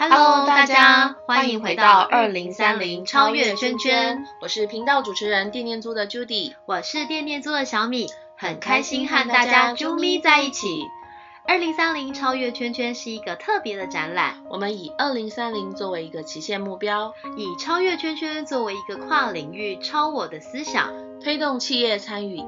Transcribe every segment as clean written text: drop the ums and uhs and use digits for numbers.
Hello， 大家欢迎回到2030超越圈圈， 我是频道主持人电念租的 Judy， 我是电念租的小米，很开心和大家啾咪在一起。2030超越圈圈是一个特别的展览， 我们以2030作为一个期限目标， 以超越圈圈作为一个跨领域超我的思想， 推动企业参与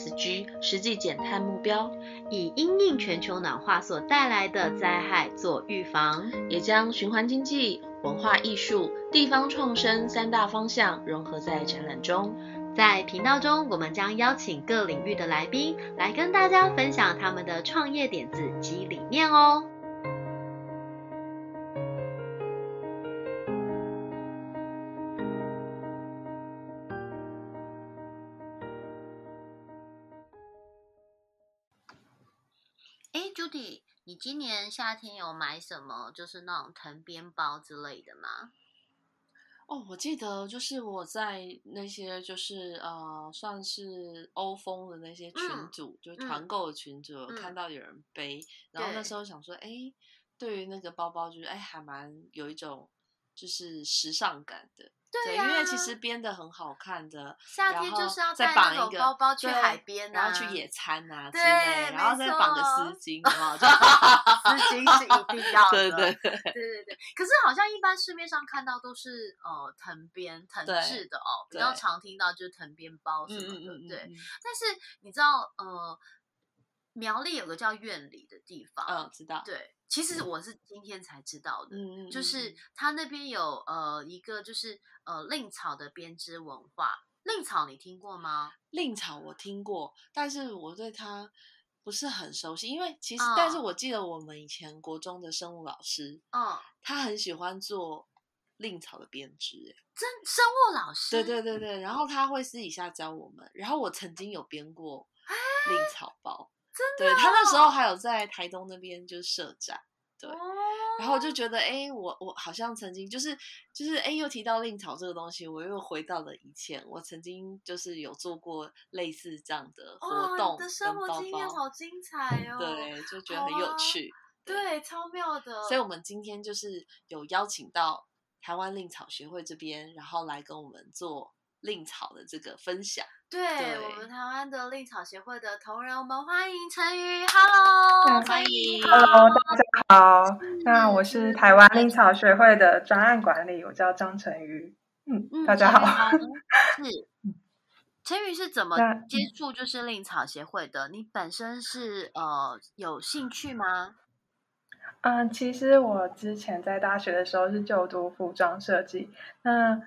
ESG 实际减碳目标， 以因应全球暖化所带来的灾害做预防， 也将循环经济、文化艺术、地方创生三大方向融合在展览中。 在频道中，我们将邀请各领域的来宾来跟大家分享他们的创业点子及理念哦。Judy， 你今年夏天有买什么就是那种藤编包之类的吗？ 我记得就是我在那些就是算是欧风的那些群组，就团购的群组，有看到有人背，然后那时候想说，对于那个包包就是还蛮有一种就是时尚感的。 对啊， 因为其实编的很好看的， 夏天就是要带那种包包去海边然后去野餐啊之对， 类，然后再绑个丝巾，有没有？ 丝巾是一定要的， 对。 可是好像一般市面上看到都是藤编藤制的比较常听到就是藤编包什么的，对。但是你知道苗栗有个叫苑里的地方， 知道。 对，其实我是今天才知道的，就是他那边有一个就是蔺草的编织文化。蔺草你听过吗？ 蔺草我听过，但是我对它不是很熟悉，因为其实但是我记得我们以前国中的生物老师，他很喜欢做蔺草的编织， 生物老师？ 对，然后他会私底下教我们，然后我曾经有编过蔺草包。 真的？ 对，他那时候还有在台东那边就是设展，对，然后我就觉得我好像曾经就是又提到蔺草这个东西，我又回到了以前，我曾经就是有做过类似这样的活动， 你的生活经验好精彩哦。 对，就觉得很有趣， 对，超妙的。 所以我们今天就是有邀请到台湾蔺草学会这边，然后来跟我们做蔺草的这个分享。 对，我们台湾的蔺草协会的同仁，我们欢迎陈瑜。Hello， 欢迎。 Hello， 大家好。那我是台湾蔺草学会的专案管理，我叫张陈瑜。大家好。 是。陈瑜是怎么接触就是蔺草协会的？你本身是有兴趣吗？ 其实我之前在大学的时候是就读服装设计。那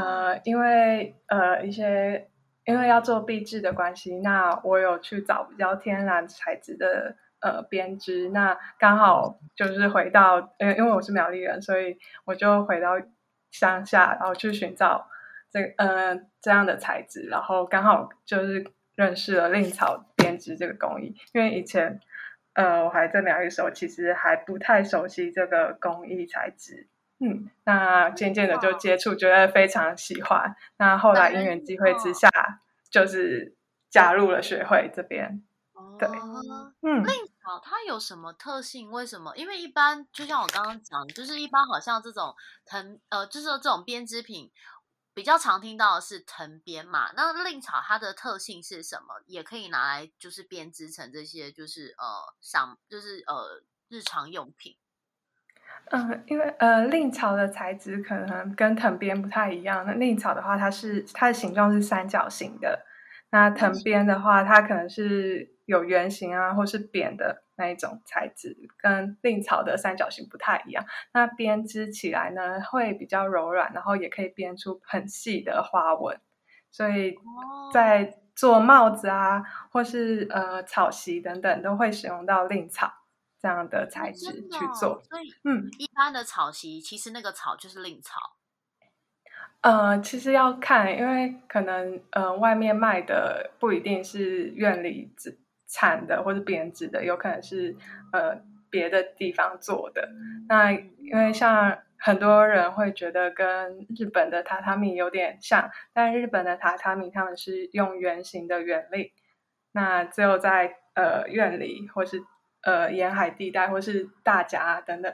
因为要做壁制的关系，那我有去找比较天然材质的编织。那刚好就是回到因为我是苗栗人，所以我就回到乡下，然后去寻找这样的材质，然后刚好就是认识了蔺草编织这个工艺。因为以前我还在苗栗的时候，其实还不太熟悉这个工艺材质。那渐渐的就接触，觉得非常喜欢。那后来因缘机会之下，就是加入了学会这边。对， 蔺草它有什么特性？为什么？因为一般就像我刚刚讲，就是一般好像这种就是这种编织品比较常听到的是藤编嘛。那蔺草它的特性是什么？也可以拿来就是编织成这些就是日常用品。 因为蔺草的材质可能跟藤编不太一样。那蔺草的话，它的形状是三角形的。那藤编的话，它可能是有圆形啊，或是扁的那一种材质，跟蔺草的三角形不太一样。那编织起来呢，会比较柔软，然后也可以编出很细的花纹。所以在做帽子啊，或是草席等等，都会使用到蔺草这样的材质去做。 所以一般的草席其实那个草就是蔺草。 其实要看，因为可能外面卖的不一定是院里产的或是编织的，有可能是别的地方做的。那因为像很多人会觉得跟日本的榻榻米有点像，但日本的榻榻米他们是用圆形的原理，那只有在院里或是沿海地带或是大甲等等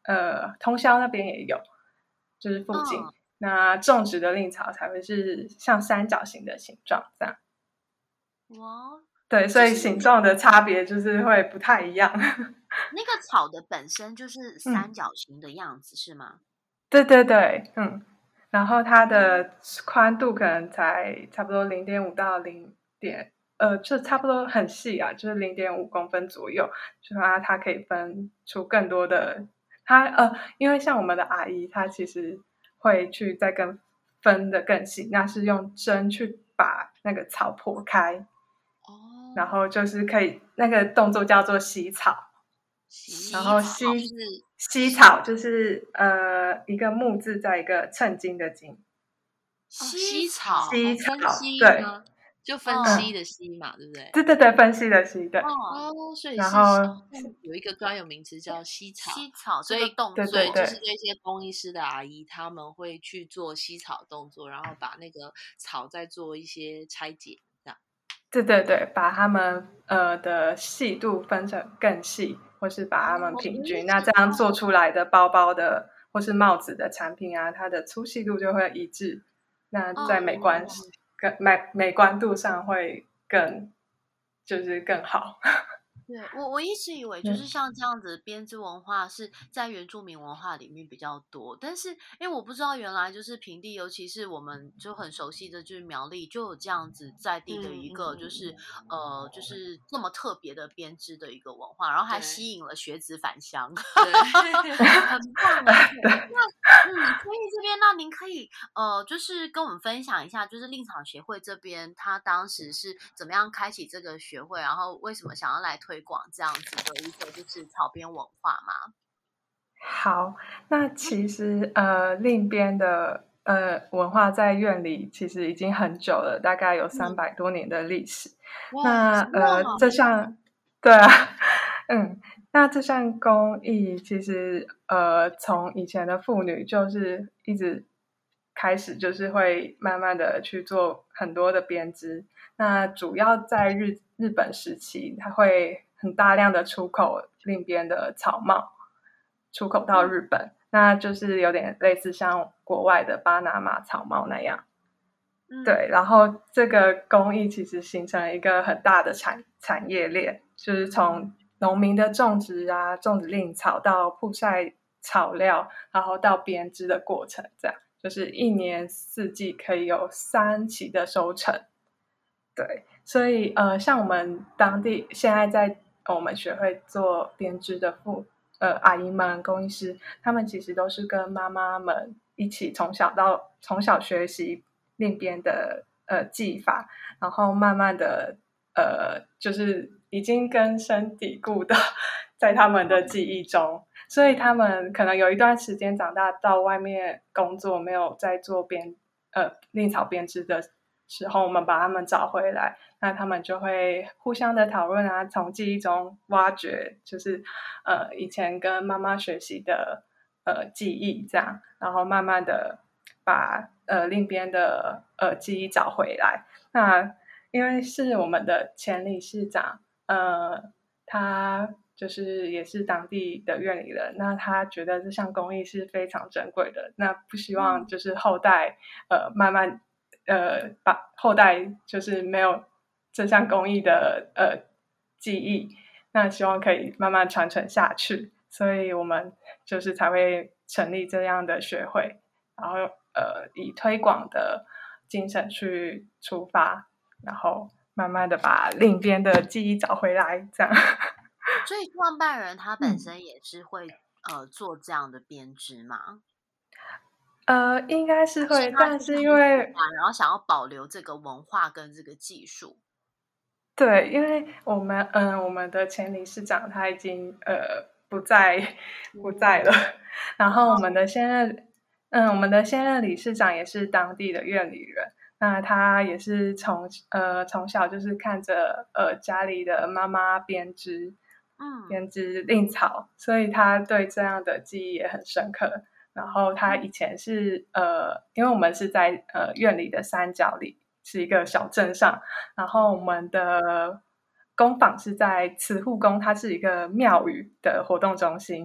通霄那边也有，就是附近。那种植的蔺草才会是像三角形的形状这样。 哇， 对，所以形状的差别就是会不太一样。 那个草的本身就是三角形的样子，是吗？ 对对对，然后它的宽度可能才差不多0.5到就差不多很细啊，就是0.5公分左右，就是它可以分出更多的。因为像我们的阿姨，她其实会去再分的更细，那是用针去把那个草剖开，然后就是可以那个动作叫做洗草，然后洗草就是一个木字在一个称斤的斤。 洗草， 对， 就分析的析嘛，对不对？ 对对对，分析的析，对。 所以然后有一个专有名词叫洗草， 洗草， 所以对就是这些工艺师的阿姨，他们会去做洗草动作，然后把那个草再做一些拆解，这样。 对对对，把它们的细度分成更细，或是把它们平均，那这样做出来的包包的或是帽子的产品啊，它的粗细度就会一致。那在美观度上会更好。 对，我一直以为就是像这样子编织文化是在原住民文化里面比较多，但是因为我不知道原来就是平地，尤其是我们就很熟悉的就是苗栗，就有这样子在地的一个就是就是这么特别的编织的一个文化，然后还吸引了学子返乡，很棒的。所以这边那您可以就是跟我们分享一下，就是蔺草协会这边他当时是怎么样开启这个学会，然后为什么想要来推广这样子的一个就是草编文化吗？ 好，那其实蔺编的文化在院里其实已经很久了，大概有300多年的历史。那这项对啊，那这项工艺其实从以前的妇女就是一直开始就是会慢慢的去做很多的编织。那主要在日本时期，它会很大量的出口蔺编的草帽，出口到日本，那就是有点类似像国外的巴拿马草帽那样。对，然后这个工艺其实形成了一个很大的产业链，就是从农民的种植蔺草到曝晒草料，然后到编织的过程，这样就是1年4季可以有3期的收成。对，所以像我们当地现在在我们学会做编织的阿姨们、工艺师，他们其实都是跟妈妈们一起从小学习蔺编的技法，然后慢慢的就是已经根深蒂固的在他们的记忆中，所以他们可能有一段时间长大到外面工作，没有在做蔺草编织的时候，我们把他们找回来，那他们就会互相的讨论啊，从记忆中挖掘，就是以前跟妈妈学习的记忆这样，然后慢慢的把蔺编的记忆找回来。那因为是我们的前理事长，他就是也是当地的院里人，那他觉得这项工艺是非常珍贵的，那不希望就是后代慢慢把后代就是没有这项工艺的记忆，那希望可以慢慢传承下去，所以我们就是才会成立这样的学会，然后以推广的精神去出发，然后慢慢的把蔺编的记忆找回来，这样。 所以创办人他本身也是会做这样的编织吗？ 应该是会，但是因为然后想要保留这个文化跟这个技术。 对，因为我们的前理事长他已经不在了，然后我们的现任理事长也是当地的院里人，那他也是从小就是看着家里的妈妈编织蔺草，所以他对这样的记忆也很深刻。然后他以前是因为我们是在院里的山脚里，是一个小镇上，然后我们的工坊是在慈护宫，它是一个庙宇的活动中心，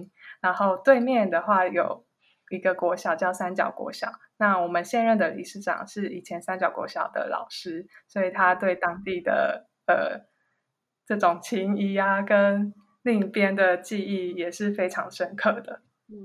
然后对面的话有一个国小叫三角国小，那我们现任的理事长是以前三角国小的老师，所以他对当地的这种情谊啊跟另一边的记忆也是非常深刻的。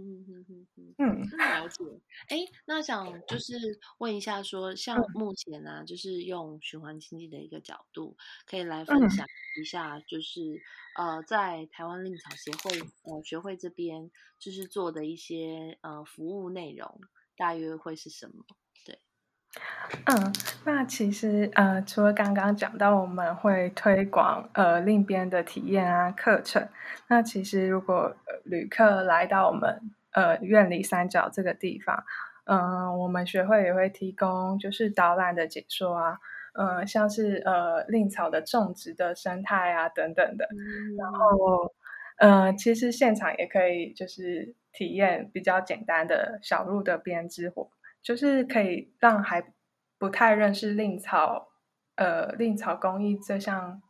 了解。那想就是问一下说，像目前呢，就是用循环经济的一个角度，可以来分享一下，就是在台湾令草学会这边，就是做的一些服务内容，大约会是什么？对。 那其实除了刚刚讲到我们会推广另边的体验啊课程，那其实如果旅客来到我们苑里三角这个地方，我们学会也会提供就是导览的解说啊，像是令草的种植的生态啊等等的，然后其实现场也可以就是体验比较简单的小路的编织活，就是可以让还不太认识令草工艺这项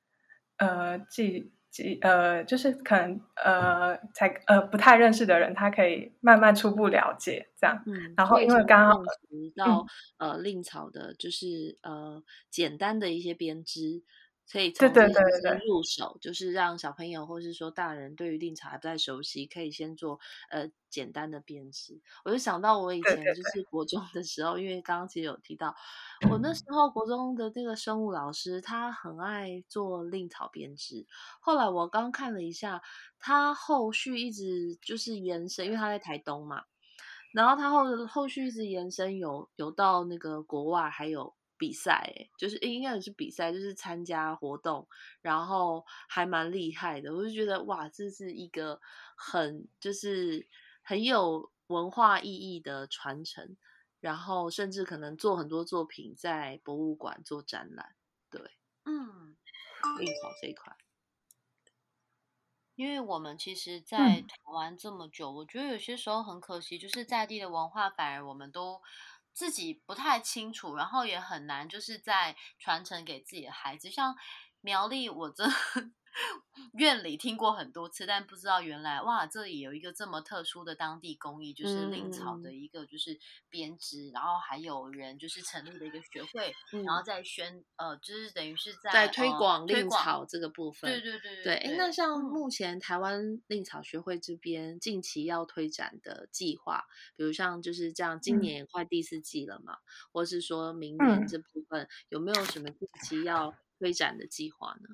就是可能不太认识的人，他可以慢慢初步了解这样。然后因为刚好到令草的，就是简单的一些编织，可以对从这些先入手，就是让小朋友或是说大人对于令草还不太熟悉，可以先做简单的编织。我就想到我以前就是国中的时候，因为刚刚其实有提到，我那时候国中的这个生物老师他很爱做令草编织。后来我刚看了一下，他后续一直就是延伸，因为他在台东嘛。然后他后续一直延伸有到那个国外还有比赛，就是应该也是比赛，就是参加活动，然后还蛮厉害的。我就觉得哇，这是一个就是很有文化意义的传承，然后甚至可能做很多作品在博物馆做展览。对，令草这一块。 因为我们其实在台湾这么久，我觉得有些时候很可惜，就是在地的文化反而我们都自己不太清楚，然后也很难就是在传承给自己的孩子。像苗栗，我真的院里听过很多次，但不知道原来哇，这里有一个这么特殊的当地工艺，就是令草的一个就是编织，然后还有人就是成立了一个学会，然后再就是等于是在推广令草这个部分。 对。 那像目前台湾令草学会这边近期要推展的计划，比如像就是这样，今年也快第4季了嘛，或是说明年这部分有没有什么近期要推展的计划呢？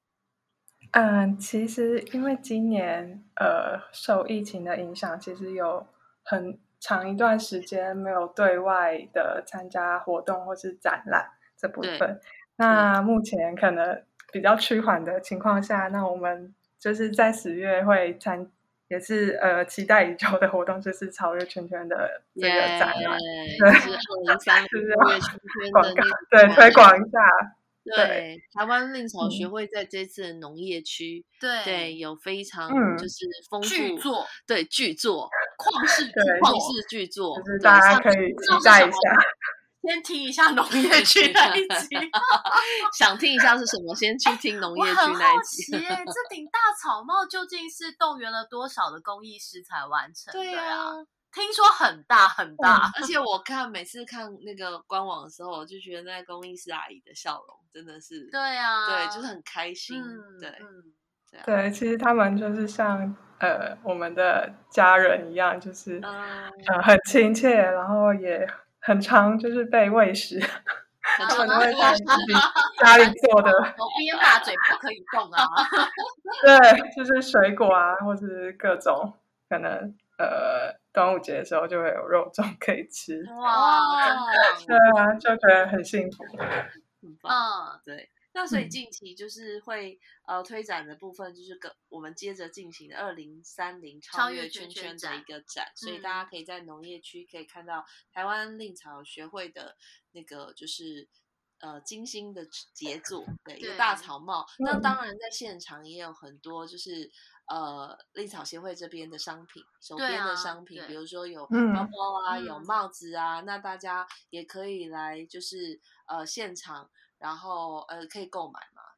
其实因为今年受疫情的影响，其实有很长一段时间没有对外的参加活动或是展览这部分。那目前可能比较趋缓的情况下，那我们就是在10月会也是期待已久的活动，就是超越圈圈的这个展览， 就是2030超越圈圈的那个对，推广一下。 对，台湾令草学会在这次的农业区，对有非常就是丰富巨作， 对巨作， 旷世巨作， 就是大家可以期待一下。 先听一下农业区那一集， 想听一下是什么，先去听农业区那一集。 我很好奇这顶大草帽究竟是动员了多少的工艺师才完成？ 对啊。 听说很大很大， 而且我每次看那个官网的时候，我就觉得那工艺师阿姨的笑容真的是， 对啊， 对，就是很开心， 对，其实他们就是像我们的家人一样，就是很亲切，然后也很常就是被喂食，他们都会在自己家里做的， 边把嘴不可以动啊， 对，就是水果啊，或是各种可能端午节的时候就会有肉粽可以吃， 哇， 对啊，就觉得很幸福， 很棒，对。那所以近期就是会推展的部分，就是我们接着进行的2030超越圈圈的一个展，所以大家可以在农业区可以看到台湾令草学会的那个就是精心的杰作，对，一个大草帽。那当然在现场也有很多就是令草协会这边的商品，手边的商品，比如说有包包啊，有帽子啊，那大家也可以来就是现场。然后可以购买嘛，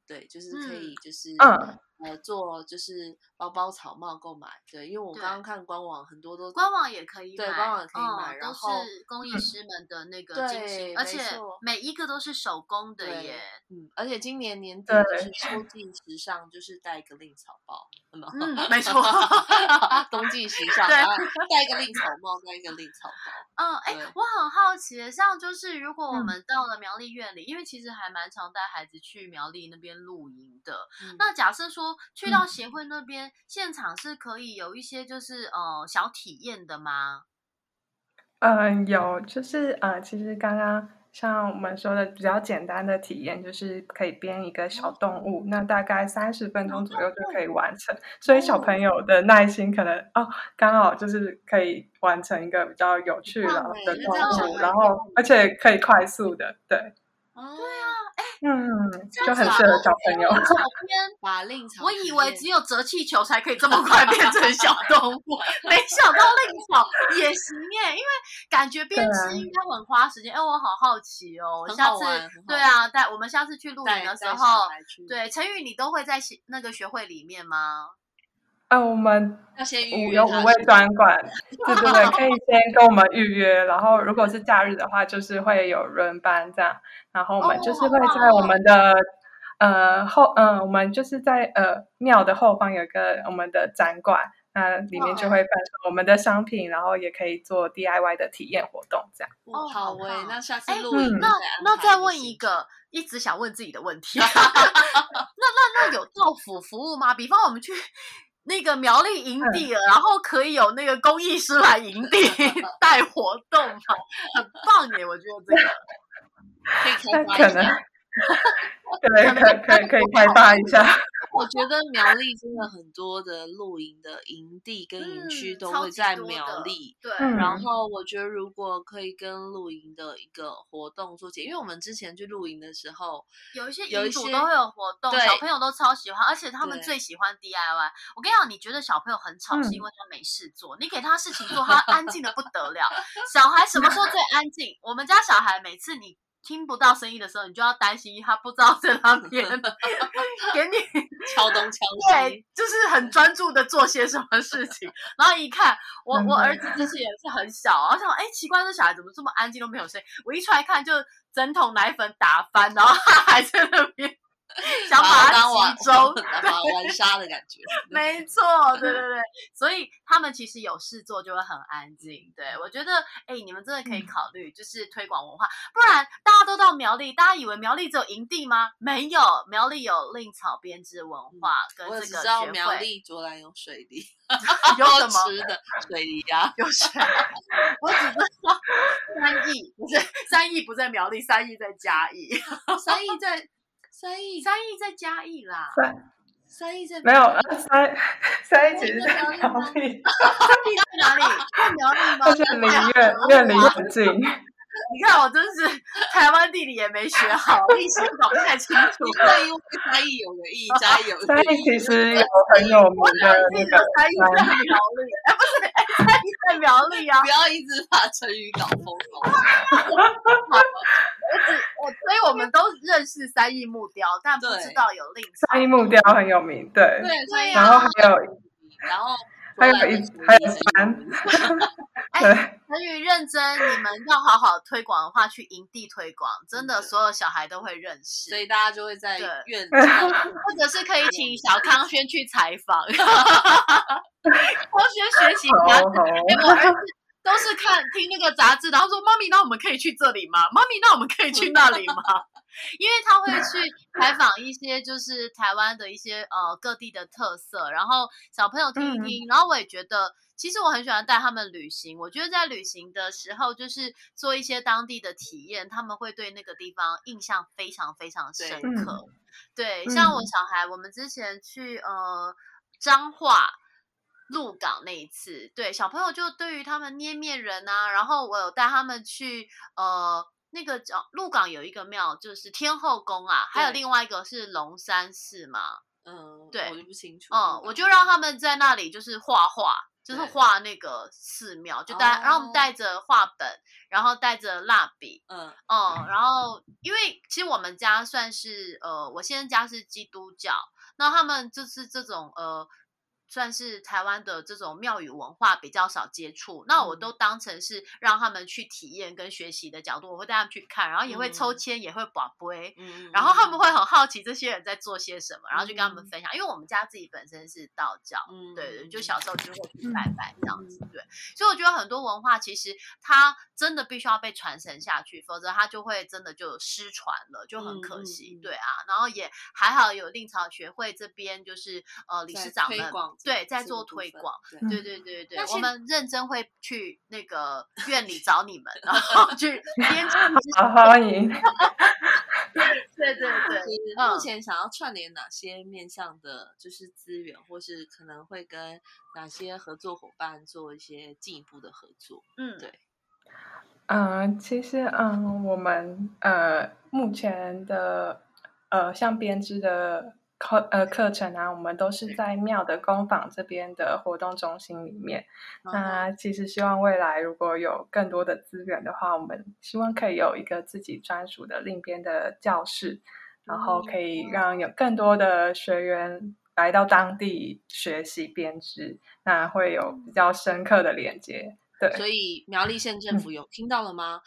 对，就是可以就是做就是包包草帽购买，对，因为我刚刚看官网很多都官网也可以买， 对，官网也可以买，然后都是工艺师们的那个精心，而且每一个都是手工的耶。 而且今年年底就是秋季时尚，就是带一个令草包， 没错， 冬季时尚，然后带一个令草帽，带一个令草包。 我很好奇，像就是如果我们到了苗栗苑里，因为其实还蛮常带孩子去苗栗那边露营的。那假设说去到协会那边，现场是可以有一些就是小体验的吗？ 有，就是其实刚刚像我们说的比较简单的体验，就是可以编一个小动物，那大概30分钟左右就可以完成。所以小朋友的耐心可能刚好就是可以完成一个比较有趣的动物，然后而且可以快速的，对。 对啊， 就很适合小朋友。 把令草， 我以为只有折气球才可以这么快变成小动物，没想到令草也行耶，因为感觉编织应该很花时间。我好好奇哦，下次对啊，我们下次去露营的时候，对，陈宇你都会在那个学会里面吗？ 我们要先预约， 有5位专管，对，可以先跟我们预约，然后如果是假日的话，就是会有轮班这样，然后我们就是会在我们的我们就是在庙的后方有一个我们的展馆，那里面就会贩售我们的商品，然后也可以做 DIY 的体验活动这样。 好那下次录影那再问一个一直想问自己的问题，那有到府服务吗？比方我们去那个苗栗营地了，然后可以有那个工艺师来营地带活动嘛，很棒耶！我觉得这个可以开发一下， 对，可以开发一下。 我觉得苗栗真的很多的露营的营地跟营区都会在苗栗， 对。 然后我觉得如果可以跟露营的一个活动做结，因为我们之前去露营的时候， 有一些营主都会有活动，小朋友都超喜欢，而且他们最喜欢 DIY。我跟你讲，你觉得小朋友很吵，是因为他没事做，你给他事情做，他安静的不得了。小孩什么时候最安静？我们家小孩每次你听不到声音的时候，你就要担心他不知道在那边给你敲东敲西， 对，就是很专注的做些什么事情。然后一看，我儿子之前也是很小，然后想奇怪，这小孩怎么这么安静都没有声音？我一出来看，就整桶奶粉打翻，然后他还在那边想把它集中， 把它玩沙的感觉。 没错，对，所以他们其实有事做就会很安静。对，我觉得你们真的可以考虑就是推广文化，不然大家都到苗栗，大家以为苗栗只有营地吗？没有，苗栗有令草编织文化跟这个学会。 我只知道苗栗卓兰有水梨， 有什么吃的水梨啊？ 有水。我只知道三义不在苗栗，三义在嘉义， 三义在嘉义啦。三义在没有三义其实在苗栗。 三义在哪里？在苗栗吗？ 而且离离很近。 你看我真是台湾地理也没学好，历史搞不太清楚。 因为嘉义有个义，嘉义有嘉义其实有很有名的那个嘉义在苗栗，不是嘉义在苗栗啊！ 不要一直把成语搞疯了。 所以我们都认识三义木雕，但不知道有令草。 三义木雕很有名，对，然后还有山。 陈宇认真，你们要好好推广的话，去营地推广，真的所有小孩都会认识， 所以大家就会在院子， 或者是可以请小康轩去采访，康轩学习杂志，我儿子都是听那个杂志，然后说妈咪，那我们可以去这里吗？妈咪，那我们可以去那里吗？因为他会去采访一些就是台湾的一些各地的特色，然后小朋友听一听，然后我也觉得其实我很喜欢带他们旅行，我觉得在旅行的时候就是做一些当地的体验，他们会对那个地方印象非常非常深刻。对，像我小孩我们之前去彰化鹿港那一次，对，小朋友就对于他们捏面人啊，然后我有带他们去那个鹿港有一个庙，就是天后宫啊，还有另外一个是龙山寺嘛。 对，我就不清楚。 我就让他们在那里就是画画， 就是画那个寺庙，就然后我们带着画本，然后带着蜡笔，然后因为其实我们家算是我先生家是基督教，那他们就是这种算是台湾的这种庙宇文化比较少接触，那我都当成是让他们去体验跟学习的角度，我会带他们去看，然后也会抽签，也会拔杯，然后他们会很好奇这些人在做些什么，然后就跟他们分享，因为我们家自己本身是道教，对，就小时候就会去拜拜这样子，对，所以我觉得很多文化其实它真的必须要被传承下去，否则它就会真的就失传了，就很可惜，对啊，然后也还好有令草学会这边就是理事长们。对，在做推广，对，我们认真会去那个院里找你们，然后去编辑。 好，欢迎。 对， 目前想要串联哪些面向的，就是资源，或是可能会跟哪些合作伙伴做一些进一步的合作？对。 其实我们目前的像编织的课程啊，我们都是在庙的工坊这边的活动中心里面。那其实希望未来如果有更多的资源的话，我们希望可以有一个自己专属的另编的教室，然后可以让有更多的学员来到当地学习编织，那会有比较深刻的连接。对， 所以苗栗县政府有听到了吗？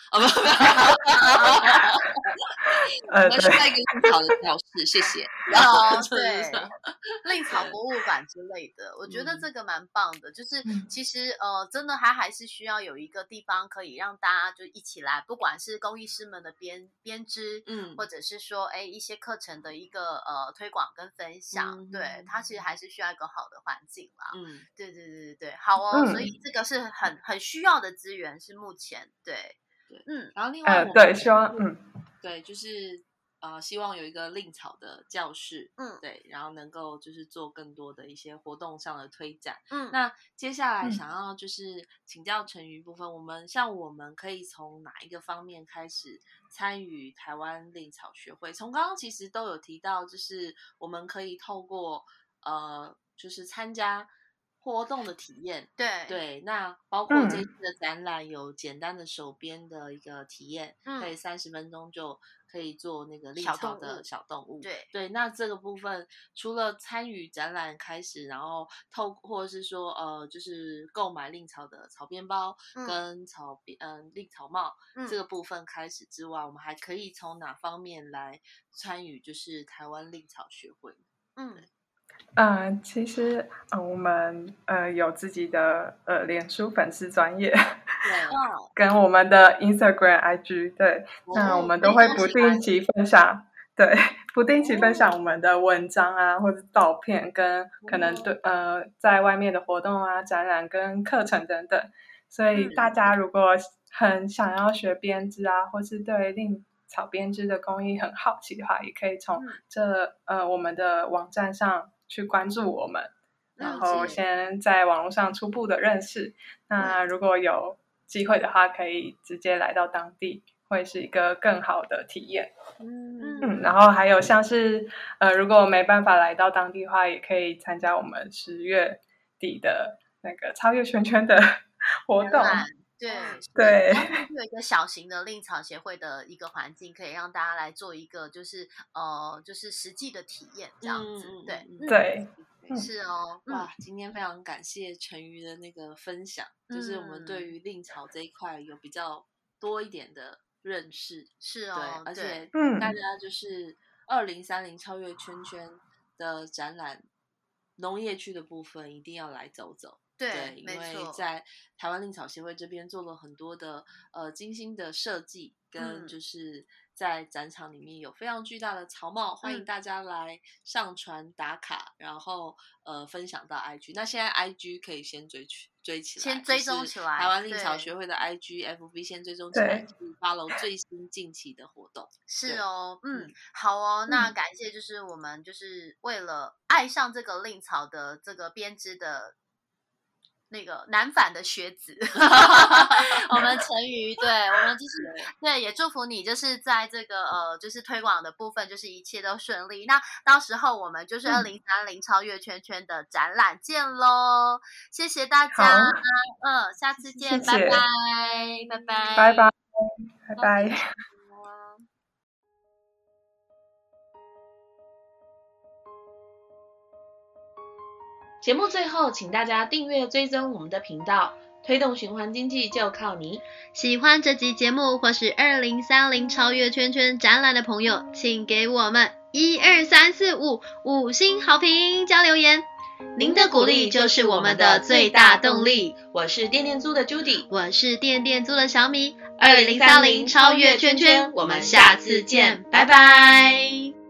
我们需要一个令草的教室，谢谢。 对，令草博物馆之类的，我觉得这个蛮棒的。就是其实真的还是需要有一个地方可以让大家就一起来，不管是工艺师们的编织，或者是说一些课程的一个推广跟分享，对，它其实还是需要一个好的环境啦。对，好哦，所以这个是很需要的资源，是目前对。 然后另外对，希望对，就是希望有一个令草的教室，对，然后能够就是做更多的一些活动上的推展。那接下来想要就是请教成瑜部分，我们可以从哪一个方面开始参与台湾令草学会？从刚刚其实都有提到，就是我们可以透过就是参加活动的体验，对，那包括这次的展览有简单的手编的一个体验，可以30分钟就可以做那个令草的小动物，对，那这个部分除了参与展览开始，然后或者是说就是购买令草的草编包跟令草帽这个部分开始之外，我们还可以从哪方面来参与就是台湾令草学会？ 其实我们有自己的脸书粉丝专页，跟我们的 Instagram、IG， 对，那我们都会不定期分享，对，不定期分享我们的文章啊，或者照片，跟可能在外面的活动啊、展览跟课程等等。所以大家如果很想要学编织啊，或是对令草编织的工艺很好奇的话，也可以从我们的网站上去关注我们，然后先在网络上初步的认识。那如果有机会的话，可以直接来到当地，会是一个更好的体验。然后还有像是如果没办法来到当地的话，也可以参加我们10月底的那个超越圈圈的活动。对， 有一个小型的令草协会的一个环境，可以让大家来做一个就是实际的体验这样子。 对， 是哦。 哇，今天非常感谢成瑜的那个分享，就是我们对于令草这一块有比较多一点的认识。 是哦， 对，而且大家就是2030超越圈圈的展览，农业区的部分一定要来走走。对，因为在台湾令草协会这边做了很多的精心的设计，跟就是在展场里面有非常巨大的草帽，欢迎大家来上传打卡，然后分享到 IG。那现在 IG 可以先追起来， 先追踪起来。 台湾令草学会的 IG、FB 先追踪起来，可以 follow 最新近期的活动。 是哦，好哦，那感谢就是我们就是为了爱上这个令草的这个编织的那个南返的学子，我们陈瑜，对，我们就是对，也祝福你，就是在这个就是推广的部分，就是一切都顺利。那到时候我们就是2030超越圈圈的展览见喽！谢谢大家，下次见， 谢谢， 拜拜，拜拜， 拜拜，拜拜。 节目最后，请大家订阅追踪我们的频道，推动循环经济就靠你。 喜欢这集节目或是2030超越圈圈展览的朋友，请给我们12345 5星好评加留言，您的鼓励就是我们的最大动力。 我是电电租的 Judy， 我是电电租的小米，2030超越圈圈，我们下次见，拜拜。